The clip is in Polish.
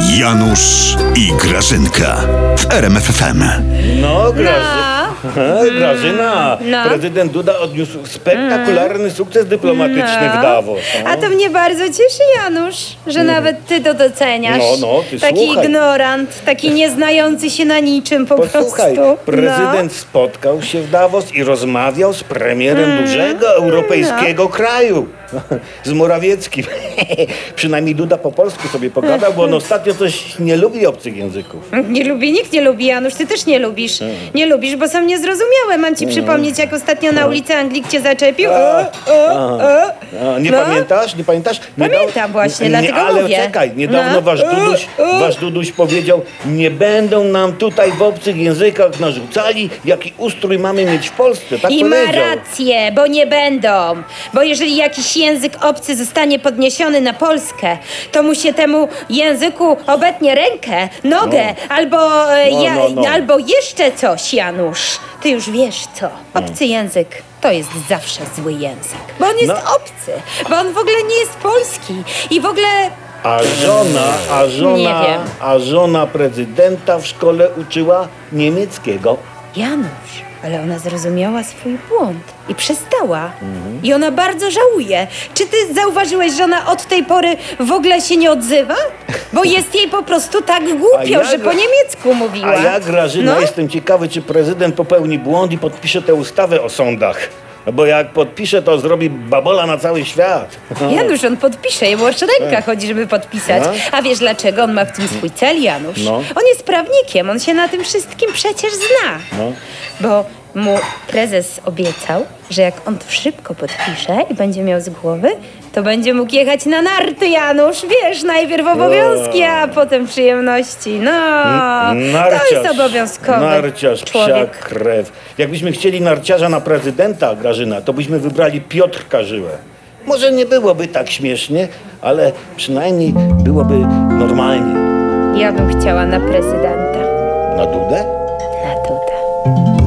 Janusz i Grażynka w RMF FM. No, Grażyna, prezydent Duda odniósł spektakularny sukces dyplomatyczny w Davos. A to mnie bardzo cieszy, Janusz, że nawet ty to doceniasz. Ty taki słuchaj. ignorant, taki nieznający się na niczym Posłuchaj, prostu. prezydent spotkał się w Davos i rozmawiał z premierem dużego europejskiego kraju. Z Morawieckim. Przynajmniej Duda po polsku sobie pogadał, bo on ostatnio coś nie lubi obcych języków. Nie lubi, nikt nie lubi, Janusz, ty też nie lubisz. Nie lubisz, bo są niezrozumiałe. Mam ci przypomnieć, jak ostatnio na ulicy Anglik cię zaczepił. Nie pamiętasz? Nie pamiętasz? Pamiętam właśnie, dlatego ale mówię. czekaj, niedawno wasz Duduś powiedział: nie będą nam tutaj w obcych językach narzucali, jaki ustrój mamy mieć w Polsce. Tak I powiedział. ma rację, bo nie będą. Bo jeżeli jakiś język obcy zostanie podniesiony na Polskę, to mu się temu języku obetnie rękę, nogę, albo jeszcze coś, Janusz. Ty już wiesz co. Obcy język to jest zawsze zły język. Bo on jest obcy, bo on w ogóle nie jest polski. I w ogóle... Nie wiem. A żona prezydenta w szkole uczyła niemieckiego. Janusz, ale ona zrozumiała swój błąd i przestała. I ona bardzo żałuje. Czy ty zauważyłeś, że ona od tej pory w ogóle się nie odzywa? Bo jest jej po prostu tak głupio, że po niemiecku mówiła. A ja, Grażyna, No. jestem ciekawy, czy prezydent popełni błąd i podpisze tę ustawę o sądach. Bo jak podpisze, to zrobi babola na cały świat. Janusz, on podpisze, jemu aż ręka chodzi, żeby podpisać. No. A wiesz dlaczego? On ma w tym swój cel, Janusz. No. On jest prawnikiem, on się na tym wszystkim przecież zna. No. Bo mu prezes obiecał, że jak on to szybko podpisze i będzie miał z głowy, to będzie mógł jechać na narty, Janusz. Wiesz, najpierw obowiązki, a potem przyjemności. No, to jest obowiązkowy Narciarz, psia człowiek. krew. Jakbyśmy chcieli narciarza na prezydenta, Grażyna, to byśmy wybrali Piotrka Żyłę. Może nie byłoby tak śmiesznie, ale przynajmniej byłoby normalnie. Ja bym chciała na prezydenta. Na Dudę? Na Dudę.